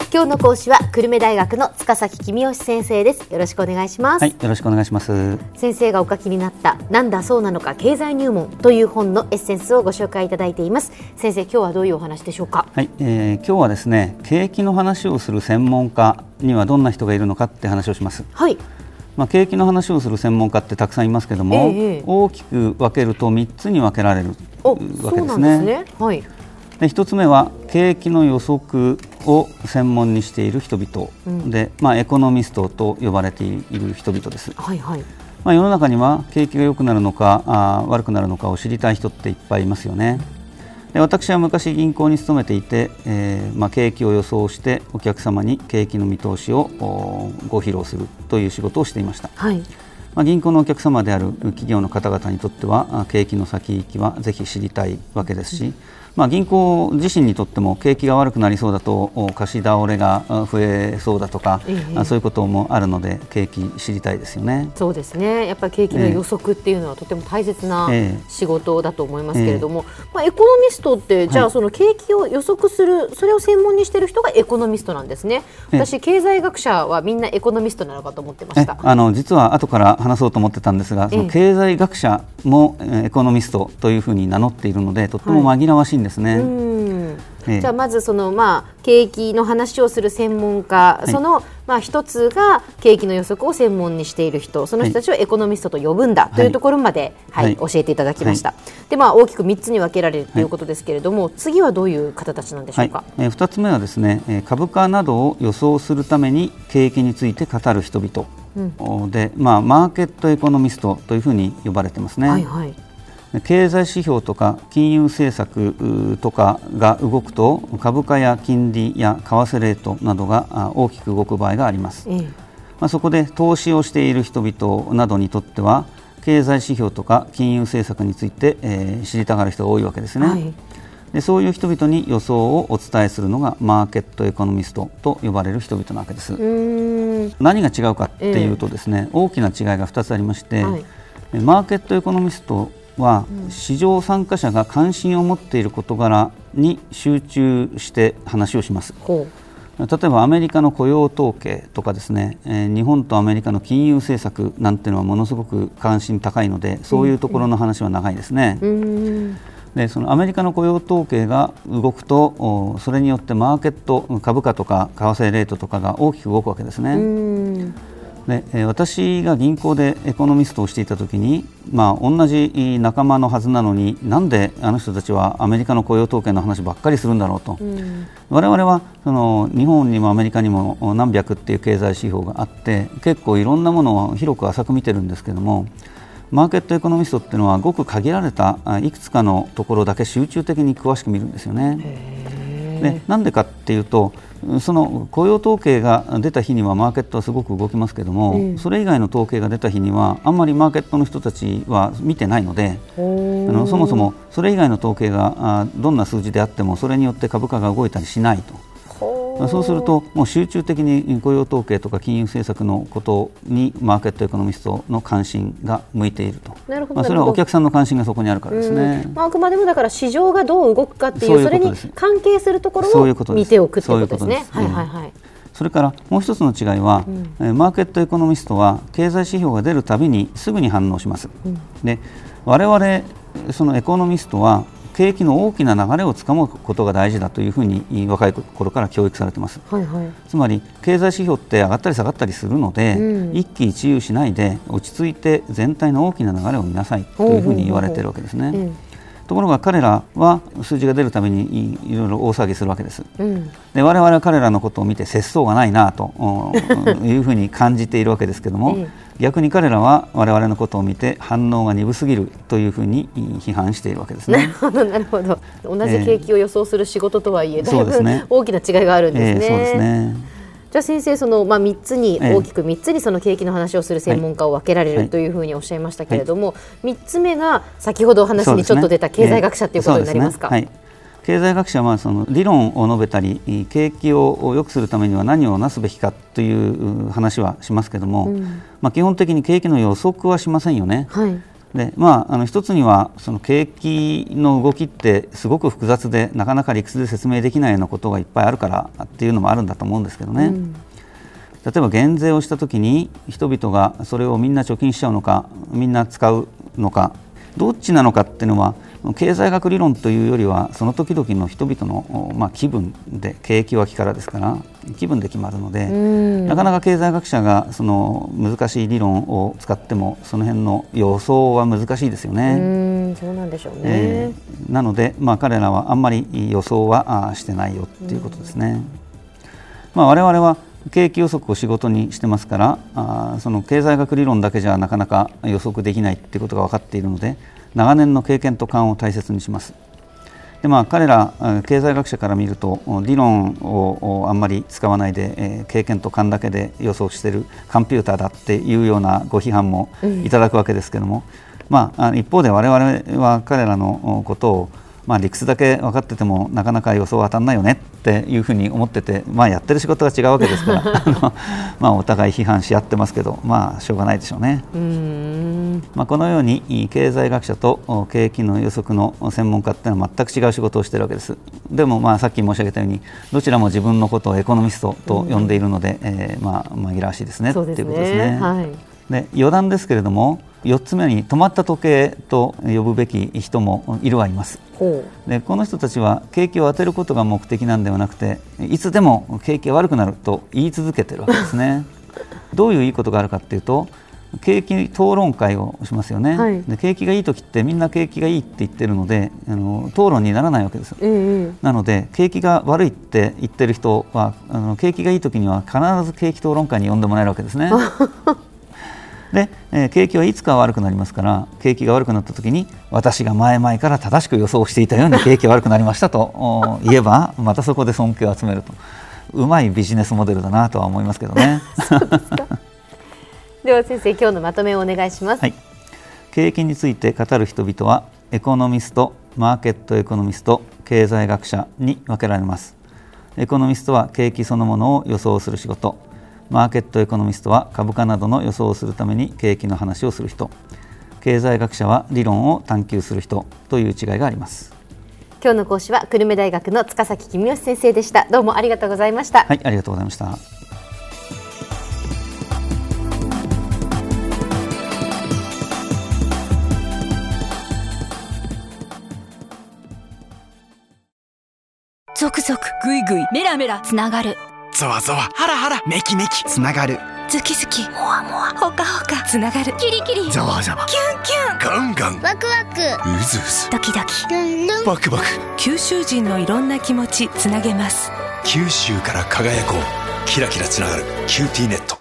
今日の講師は久留米大学の塚崎公義先生です。よろしくお願いします。 はい、よろしくお願いします。 先生がお書きになったなんだそうなのか経済入門という本のエッセンスをご紹介いただいています。先生、今日はどういうお話でしょうか。 はい、今日はですね、景気の話をする専門家にはどんな人がいるのかって話をします。 はい。 景気の話をする専門家ってたくさんいますけども、大きく分けると3つに分けられるわけですね。 そうなんですね。はい。 で1つ目は景気の予測を専門にしている人々で、エコノミストと呼ばれている人々です。 はいはい。 世の中には景気が良くなるのか悪くなるのかを知りたい人っていっぱいいますよね。で私は昔銀行に勤めていて、景気を予想してお客様に景気の見通しをご披露するという仕事をしていました。 はい。 銀行のお客様である企業の方々にとっては景気の先行きはぜひ知りたいわけですし、銀行自身にとっても景気が悪くなりそうだと貸し倒れが増えそうだとか、そういうこともあるので景気知りたいですよね。 そうですね。やっぱり景気の予測っていうのはとても大切な仕事だと思いますけれども、エコノミストってじゃあその景気を予測する、それを専門にしている人がエコノミストなんですね。私経済学者はみんなエコノミストなのかと思ってました。 実は後から話そうと思ってたんですが、その経済学者もエコノミストというふうに名乗っているのでとても紛らわしいんですね。 じゃあまずその景気の話をする専門家、その一つが景気の予測を専門にしている人、その人たちをエコノミストと呼ぶんだというところまで、教えていただきました。で大きく3つに分けられるということですけれども、次はどういう方たちなんでしょうか。 2つ目はですね、株価などを予想するために景気について語る人々で、マーケットエコノミストというふうに呼ばれてますね。はいはい。経済指標とか金融政策とかが動くと株価や金利や為替レートなどが大きく動く場合があります。そこで投資をしている人々などにとっては経済指標とか金融政策について、知りたがる人が多いわけですね。はい。でそういう人々に予想をお伝えするのがマーケットエコノミストと呼ばれる人々なわけです。何が違うかっていうとですね、大きな違いが2つありまして、マーケットエコノミストは市場参加者が関心を持っている事柄に集中して話をします。例えばアメリカの雇用統計とかですね、日本とアメリカの金融政策なんていうのはものすごく関心高いので、そういうところの話は長いですね。でそのアメリカの雇用統計が動くとそれによってマーケット株価とか為替レートとかが大きく動くわけですね。で私が銀行でエコノミストをしていたときに、同じ仲間のはずなのになんであの人たちはアメリカの雇用統計の話ばっかりするんだろうと、我々はその日本にもアメリカにも何百っていう経済指標があって結構いろんなものを広く浅く見てるんですけども、マーケットエコノミストっていうのはごく限られたいくつかのところだけ集中的に詳しく見るんですよね。でなんでかっていうと、その雇用統計が出た日にはマーケットはすごく動きますけども、それ以外の統計が出た日にはあんまりマーケットの人たちは見てないので、そもそもそれ以外の統計がどんな数字であってもそれによって株価が動いたりしないと。そうするともう集中的に雇用統計とか金融政策のことにマーケットエコノミストの関心が向いていると。それはお客さんの関心がそこにあるからですね。 あくまでもだから市場がどう動くかっていう、それに関係するところを見ておくということですね。それからもう一つの違いは、マーケットエコノミストは経済指標が出るたびにすぐに反応します。で我々そのエコノミストは景気の大きな流れをつかむことが大事だというふうに若い頃から教育されています。つまり経済指標って上がったり下がったりするので、一喜一憂しないで落ち着いて全体の大きな流れを見なさいというふうに言われているわけですね。ところが彼らは数字が出るためにいろいろ大騒ぎするわけです。で我々は彼らのことを見て節操がないなというふうに感じているわけですけども、逆に彼らは我々のことを見て反応が鈍すぎるというふうに批判しているわけですね。 なるほど。同じ景気を予想する仕事とはいえ、だいぶ大きな違いがあるんですね。 そうですね。 じゃあ先生、その3つに大きく3つにその景気の話をする専門家を分けられるというふうにおっしゃいましたけれども、3つ目が先ほどお話にちょっと出た経済学者ということになりますか。 経済学者はその理論を述べたり景気を良くするためには何をなすべきかという話はしますけども、基本的に景気の予測はしませんよね。 で一つにはその景気の動きってすごく複雑でなかなか理屈で説明できないようなことがいっぱいあるからっていうのもあるんだと思うんですけどね、例えば減税をしたときに人々がそれをみんな貯金しちゃうのかみんな使うのかどっちなのかっていうのは経済学理論というよりはその時々の人々の気分で景気は気からですから気分で決まるのでなかなか経済学者がその難しい理論を使ってもその辺の予想は難しいですよね。 そうなんでしょうね。 なので彼らはあんまり予想はしてないよっていうことですね。我々は景気予測を仕事にしてますからその経済学理論だけじゃなかなか予測できないということが分かっているので長年の経験と勘を大切にします。で彼ら経済学者から見ると理論をあんまり使わないで、経験と勘だけで予想しているコンピューターだっていうようなご批判もいただくわけですけども、一方で我々は彼らのことを理屈だけ分かっててもなかなか予想は当たらないよねっていうふうに思ってて、やってる仕事が違うわけですからお互い批判し合ってますけどしょうがないでしょうね。このように経済学者と景気の予測の専門家っていうのは全く違う仕事をしているわけです。でもさっき申し上げたようにどちらも自分のことをエコノミストと呼んでいるので、紛らわしいですねということですね。で余談ですけれども4つ目に止まった時計と呼ぶべき人もいるはいます。でこの人たちは景気を当てることが目的なんではなくていつでも景気が悪くなると言い続けているわけですね。どういういいことがあるかというと景気討論会をしますよね、で景気がいい時ってみんな景気がいいって言ってるので討論にならないわけです、なので景気が悪いって言ってる人は景気がいい時には必ず景気討論会に呼んでもらえるわけですね。で、景気はいつか悪くなりますから景気が悪くなった時に私が前々から正しく予想していたように景気が悪くなりましたと言えばまたそこで尊敬を集めるとうまいビジネスモデルだなとは思いますけどね。 そうですか。では先生今日のまとめをお願いします。 景気について語る人々はエコノミスト、マーケットエコノミスト、経済学者に分けられます。エコノミストは景気そのものを予想する仕事、マーケットエコノミストは株価などの予想をするために景気の話をする人、経済学者は理論を探求する人という違いがあります。 今日の講師は久留米大学の塚崎公義先生でした。どうもありがとうございました。 ありがとうございました。 ゾクゾクグイグイメラメラつながる、 ゾワゾワハラハラメキメキつながる、 ズキズキモワモワホカホカつながる、キリキリザワザワキュンキュンガンガンワクワクうずうずドキドキルンルンバクバク、 九州人のいろんな気持ちつなげます。 九州から輝こう、キラキラつながるキューティーネット。